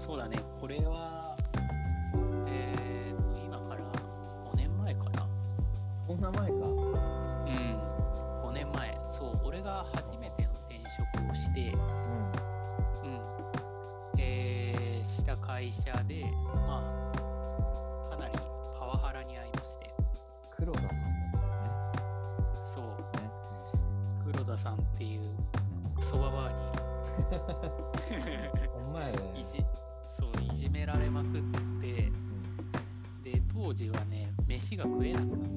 そうだね。これは、今から5年前かな。 こんな前か。 うん、5年前。そう、俺が初めての転職をして、した会社で、まあ、かなりパワハラに遭いまして。 黒田さんだそう、 ったね。 黒田さんっていうクソババアにお前ね。 いじめられまくって、で、当時はね、飯が食えなくなって、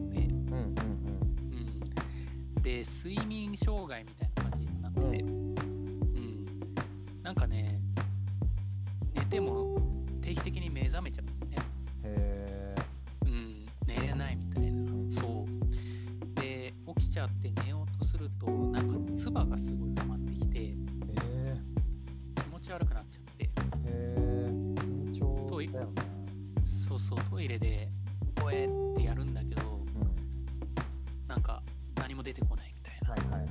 で、睡眠障害みたいな感じになってて、なんかね、寝ても定期的に目覚めちゃうね。 へ寝れないみたいな。そう。で、起きちゃって寝ようとすると、なんか唾がすごい溜まってきて、気持ち悪くなっちゃって。 緊張だよね。 そう、トイレで、おえってやるんだけど、なんか何も出てこないみたいな。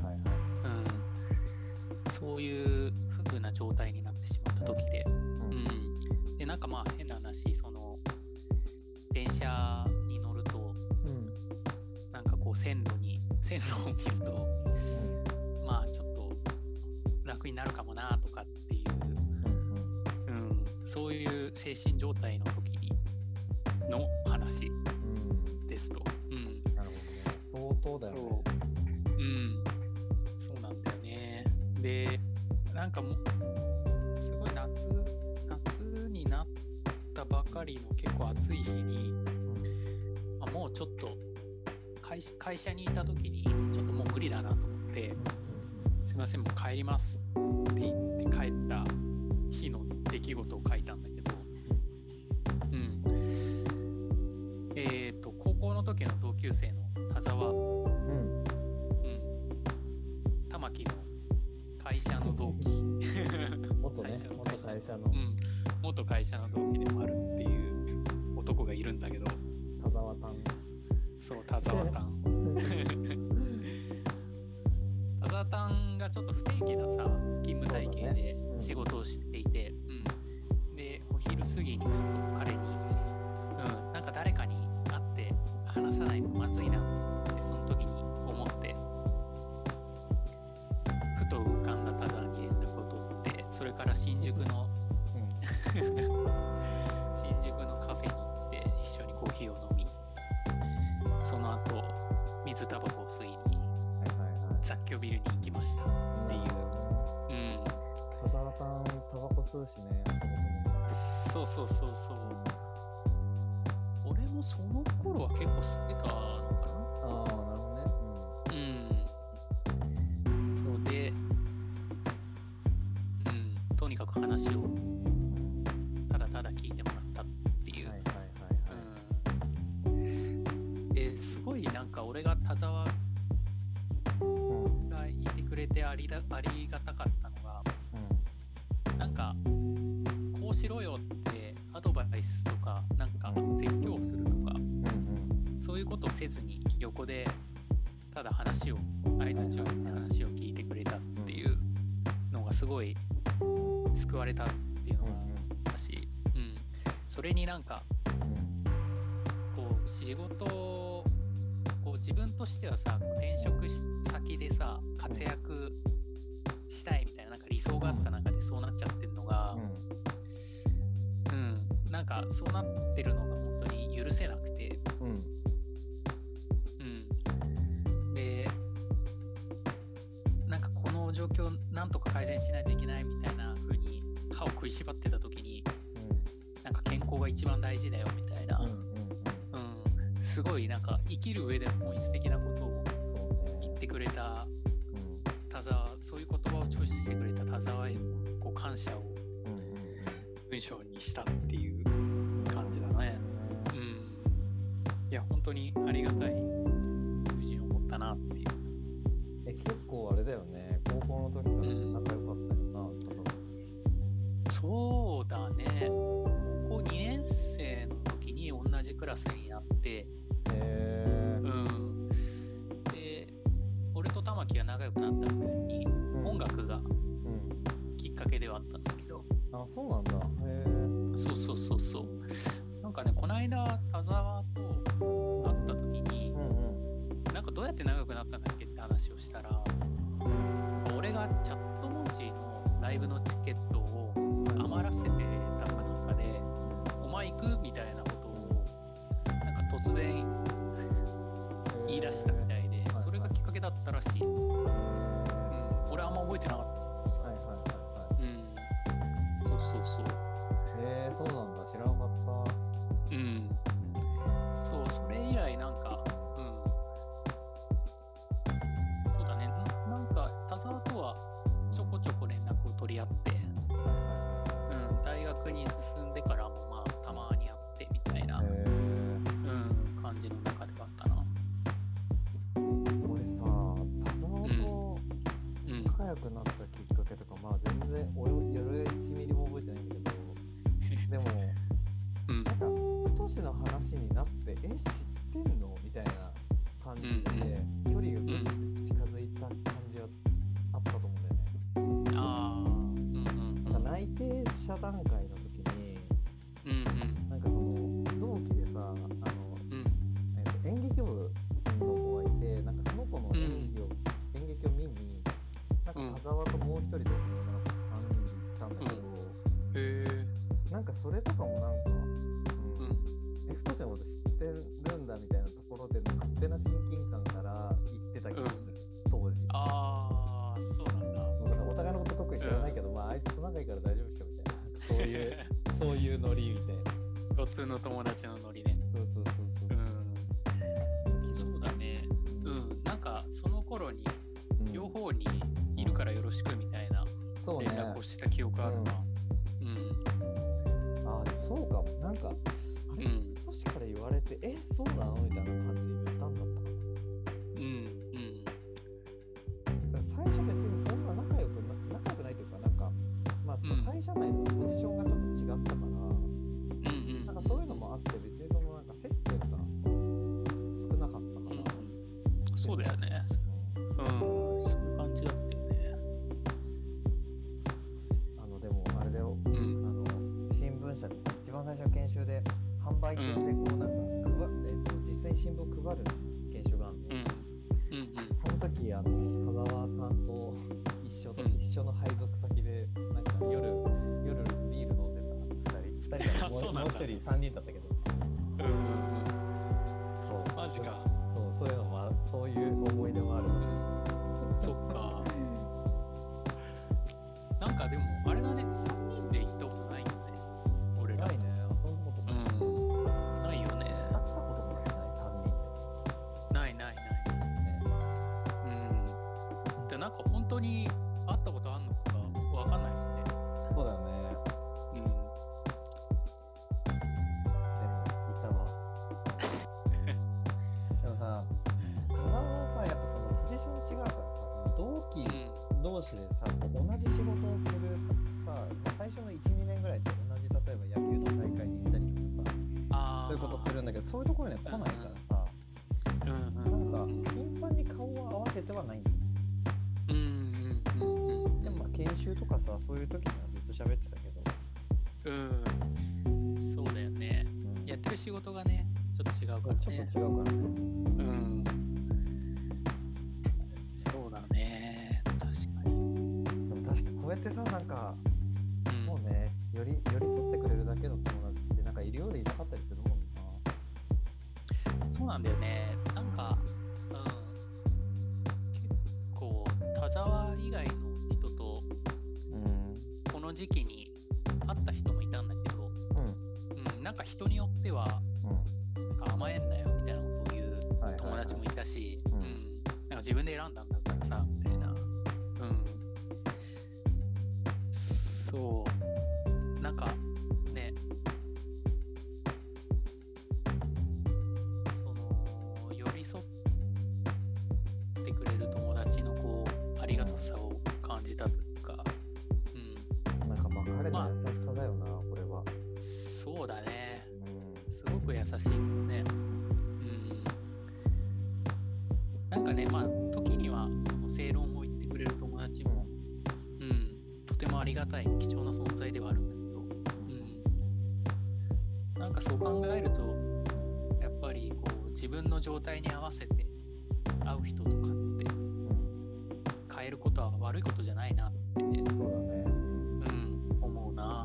そういう風な状態になってしまった時で、で、なんかまあ変な話、その電車に乗ると、なんかこう線路を見ると、まあちょっと楽になるかもなとかっていう、そういう精神状態の時の話ですと。 なるほどね。相当だよね。 そうなんだよね。で、なんかもうすごい夏になったばかりの結構暑い日に、もうちょっと会社にいた時にちょっともう無理だなと思って、すいませんもう帰りますって言って帰った日の出来事を書いたんだけど、高校の時の同級生の田沢、玉木の会社の同期元会社の元会社の同期でもあるっていう男がいるんだけど、 田沢丹。 そう田沢丹田沢丹がちょっと不定期なさ勤務体系で仕事をしていて、でお昼過ぎにちょっと彼に、なんか誰かに会って話さないとまずいなってその時に思って、ふと浮かんだ田沢に連絡を取って、それから新宿の新宿のカフェに行って一緒にコーヒーを飲み、その後水タバコを吸いに雑居ビルに行きましたっていう。 田沢さんタバコ吸うしね、 そう。俺もその頃は結構吸ってたのかな。 なるほどね。 そうで、とにかく話をただただ聞いてもらったっていう。ですごいなんか俺が田沢がいてくれてありがたかったのが、なんかこうしろよってアドバイスとかなんか説教をするとか、そういうことをせずに横でただ相槌を打って話を聞いてくれたっていうのがすごい救われたっていうのがあったし、それになんかこう仕事をこう自分としてはさ、転職先でさ活躍したいみたいな、なんか理想があった中でそうなっちゃってるのが、なんかそうなってるのが本当に許せなくて、で、なんかこの状況なんとか改善しないといけないみたいな風に歯を食いしばってた時に、なんか健康が一番大事だよみたいな、すごいなんか生きる上での本質的なことを言ってくれた田沢、そういう言葉をチョイスしてくれた田沢へのこう感謝を文章にしたっていう感じだね。いや本当にありがたい友人を持ったなっていう。 結構あれだよね、高校の時から仲良かったよな。 そうだね、高校2年生の時に同じクラスになって、で俺と玉木が仲良くなったみたいに、音楽がきっかけではあったんだけど、 そうなんだ。 そうそうそう。なんかね、この間、田沢と会った時に、なんかどうやって長くなったんだっけって話をしたら、俺がチャットモンチーのライブのチケットを余らせてたかなんかで、お前行くみたいなことを、なんか突然言い出したみたいで、それがきっかけだったらしい。俺あんま覚えてなかった。そうそうそう。 そうなんだ、知らなかった。 そう、それ以来なんか、そうだね、なんか田沢とはちょこちょこ連絡を取り合って、大学に進んでからもまあたまに会ってみたいな、感じの中ではあったな。 俺さ、田沢と仲良くなったきっかけとか、まあ全然俺1ミリも覚えてないんだけど、でも、なんかふとしの話になって知ってんのみたいな感じで、距離がぐっと近づいた感じはあったと思うんだよね。なんか内定者段階の時に、なんかその同期でさ、演劇部の子がいて、なんかその子の演劇を見に、なんか田沢ともう一人で3人で行ったんだけど、なんかそれとかもなんか、ふとしのこと知ってるんだみたいなところでの勝手な親近感から言ってた気がする、当時。 そうなんだ。 だからお互いのこと特に知らないけど、まああいつと仲いいから大丈夫っしょみたいな、そういうノリみたいな。 共通の友達のノリね。 そう。 そうだね。なんかその頃に両方にいるからよろしくみたいな連絡をした記憶あるな。 でもそうかも。なんかあれ、ふとしから言われて、そうなのみたいな感じで言ったんだったかな。最初別にそんな仲良くないというか、なんかまあその会社内のポジションがちょっと違ったから、なんかそういうのもあって別にそのなんか接点が少なかったから。 そうだよね。そういう感じだったよね。 でもあれだよ、新聞社でさ、一番最初の研修で販売店でこうなんか実際に新聞を配る研修があるの。その時田沢さんと一緒の配属先でなんか夜ビール飲んでた2人もう1人3人だったけど。そう。 マジか。 そういうのもそういう思い出もある。 そっか。なんかでもあれだね、3人で行ったことないよね。俺ら。 ないね、遊んだことない。 ないよね。 会ったこともない3人で。 ない。でなんか本当に会ったことあんのかわかんないもんね。 そうだよね。でもいたわ。でもさ、田沢はさ、やっぱそのポジション違うからさ、その同期同士でさ、同じ仕事をするさ、最初の 1,2 年ぐらいって同じ例えば野球の大会に行ったりとかさ、そういうことするんだけど、そういうところには来ないからさ、なんか頻繁に顔を合わせてはないんだよ。でもまあ研修とかさ、そういう時にはずっと喋ってたけど。そうだよね。やってる仕事がね、ちょっと違うからね。そうだね。確かに。 でも確かにこうやってさ、なんか、そうね、寄り添ってくれるだけの友達ってなんかいるようでいなかったりするもんな。 そうなんだよね。なんか、結構田沢以外の人と、この時期に会った人もいたんだけど、なんか人によっては、なんか甘えんなよみたいなことを言う友達もいたし、なんか自分で選んだんだからさみたいな、そうなんかね、その寄り添ってくれる友達のこうありがたさを感じたというか、 なんかまあ彼の優しさだよな、これは。 そうだね、すごく優しいね。なんかね、まあ時にはその正論を言ってくれる友達も、とてもありがたい貴重な存在ではあるんだけど、 かそう考えるとやっぱりこう自分の状態に合わせて会う人とかって変えることは悪いことじゃないなって、 そうだね、 思うな。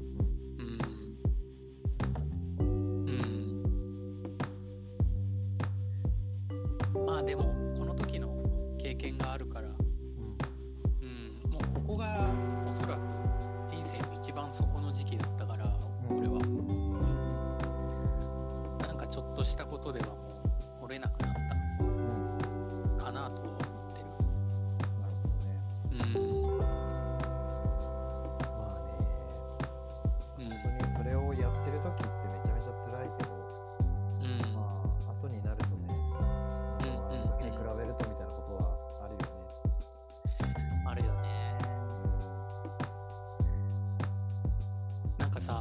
まあでもこの時の経験があるから、もうここがおそらく人生の一番底の時期だったから、これは、なんかちょっとしたことではもう折れなくなったかなとは思ってる。 なるほどね。まあね、本当にそれをやってる時ってめちゃめちゃ辛いけど、まあ後になるとね、時に比べるとみたいなことはあるよね。 あるよね。なんかさ、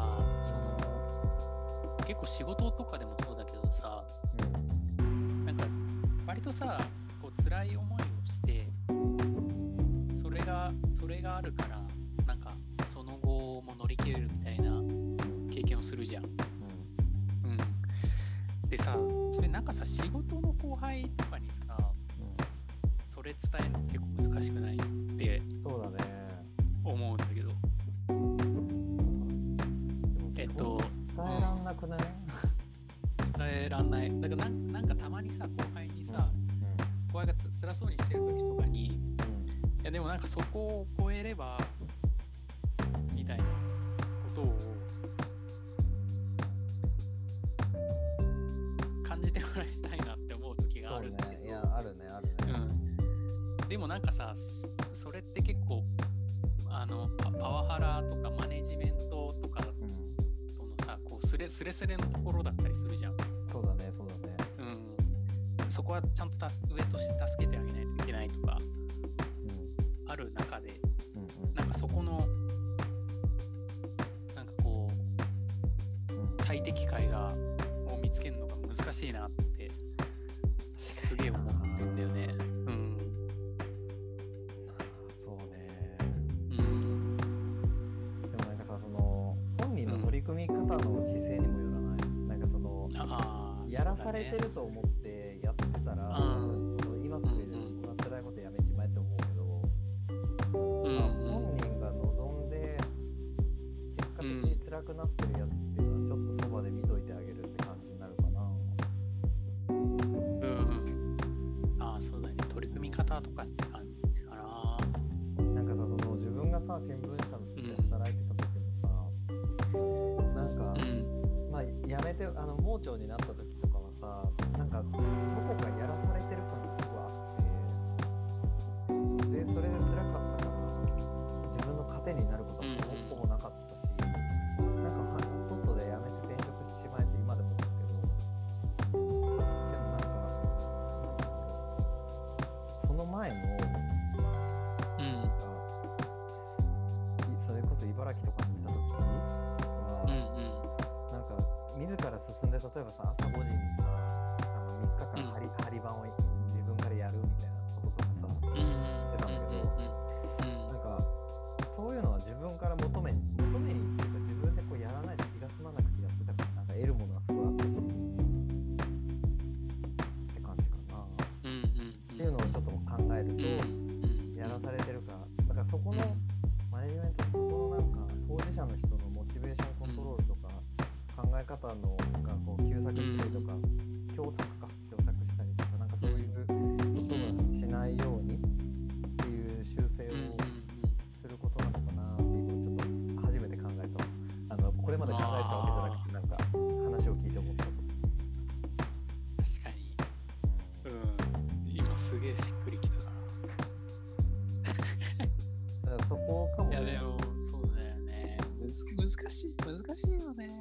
結構仕事とかでもそうだけどさ、なんか割とさ、こう辛い思いをしてそれがあるからなんかその後も乗り切れるみたいな経験をするじゃん。でさ、それなんかさ、仕事の後輩とかにさ、それ伝えるの結構難しくないってそうだね。 思うんだけど。 伝えらんなくない？ 伝えらんない。だからなんかたまにさ、後輩にさ、後輩が辛そうにしてる時とかに、いやでもなんかそこを超えればみたいなことを感じてもらいたいなって思う時があるんだけど。 いや、あるね。 でもなんかさ、それって結構パワハラとかマネジメントとかとのさ、こうスレスレのところだったりするじゃん。 そうだね。 そこはちゃんと上として助けてあげないといけないとか、ある中で、なんかそこのなんかこう、最適解を見つけるのが難しいなってすげえ思ってんだよね。 そうね。でもなんかさ、その本人の取り組み方の姿勢にもよらない。なんかそのやらされてると思ってやってたら、その今すぐそんな辛いことやめちまえって思うけど、本人が望んで結果的に辛くなってるやつっていうのはちょっとそばで見といてあげるって感じになるかな。 そうだね。取り組み方とかって感じかな。 なんかさ、その自分がさ、新聞社で働いてた時もさ、なんか、まあやめて盲腸になった時とかはさ、なんかどこかやらされてる感がすごいあって、でそれで辛かったから自分の糧になることはほぼなかったし、なんかとっとでやめて転職してしまえって今でも思うけど、でもなんかその前のそれこそ茨城とかにいた時は、なんか自ら進んで、例えばさ、朝5時にさ、3日間張り番を自分からやるみたいなこととかさ、してたんだけど、なんかそういうのは自分から求めにっていうか、自分でこうやらないと気が済まなくてやってたから、なんか得るものはすごいあったしって感じかな。っていうのをちょっと考えると、やらされてるか、だからそこのマネジメント、そこのなんか当事者の人のモチベーションコントロールとか、考え方のがこう休作したりとか、共作したりとか、なんかそういうことをしないようにっていう修正をすることなのかなっていうのをちょっと初めて考えた。これまで考えてたわけじゃなくて、なんか話を聞いて思ったこと。 確かに。今すげえしっくりきたな。 だからそこかもね。 いやでもそうだよね。難しいよね。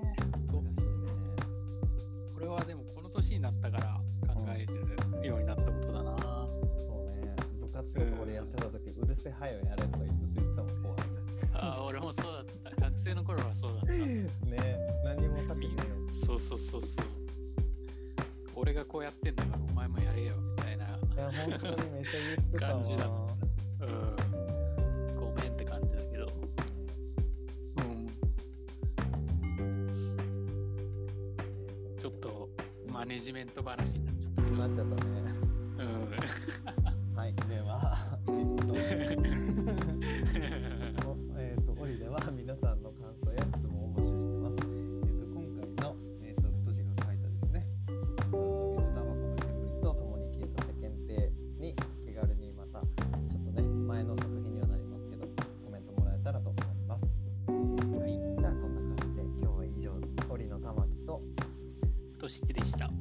これはでもこの年になったから考えてるようになったことだな。 そうね。部活とか俺やってた時、うるせえはよやれとかずっと言ってたもん、後輩が。 俺もそうだった。学生の頃はそうだった。 ね、何もかけねえよ。 そう。俺がこうやってんだからお前もやれよみたいな。 いや本当にめっちゃ言ってたわ。 感じだった。ごめんって感じだけど。 ちょっとマネジメント話になっちゃったけど。 なっちゃったね。はい、では、オリでは皆さんの感想や質問を募集してます。今回の、太字が書いたですね、水タバコの煙と共に消えた世間体に気軽にまた、ちょっとね、前の作品にはなりますけど、コメントもらえたらと思います。はい、ではこんな感じで、今日は以上、オリの玉木と太字でした。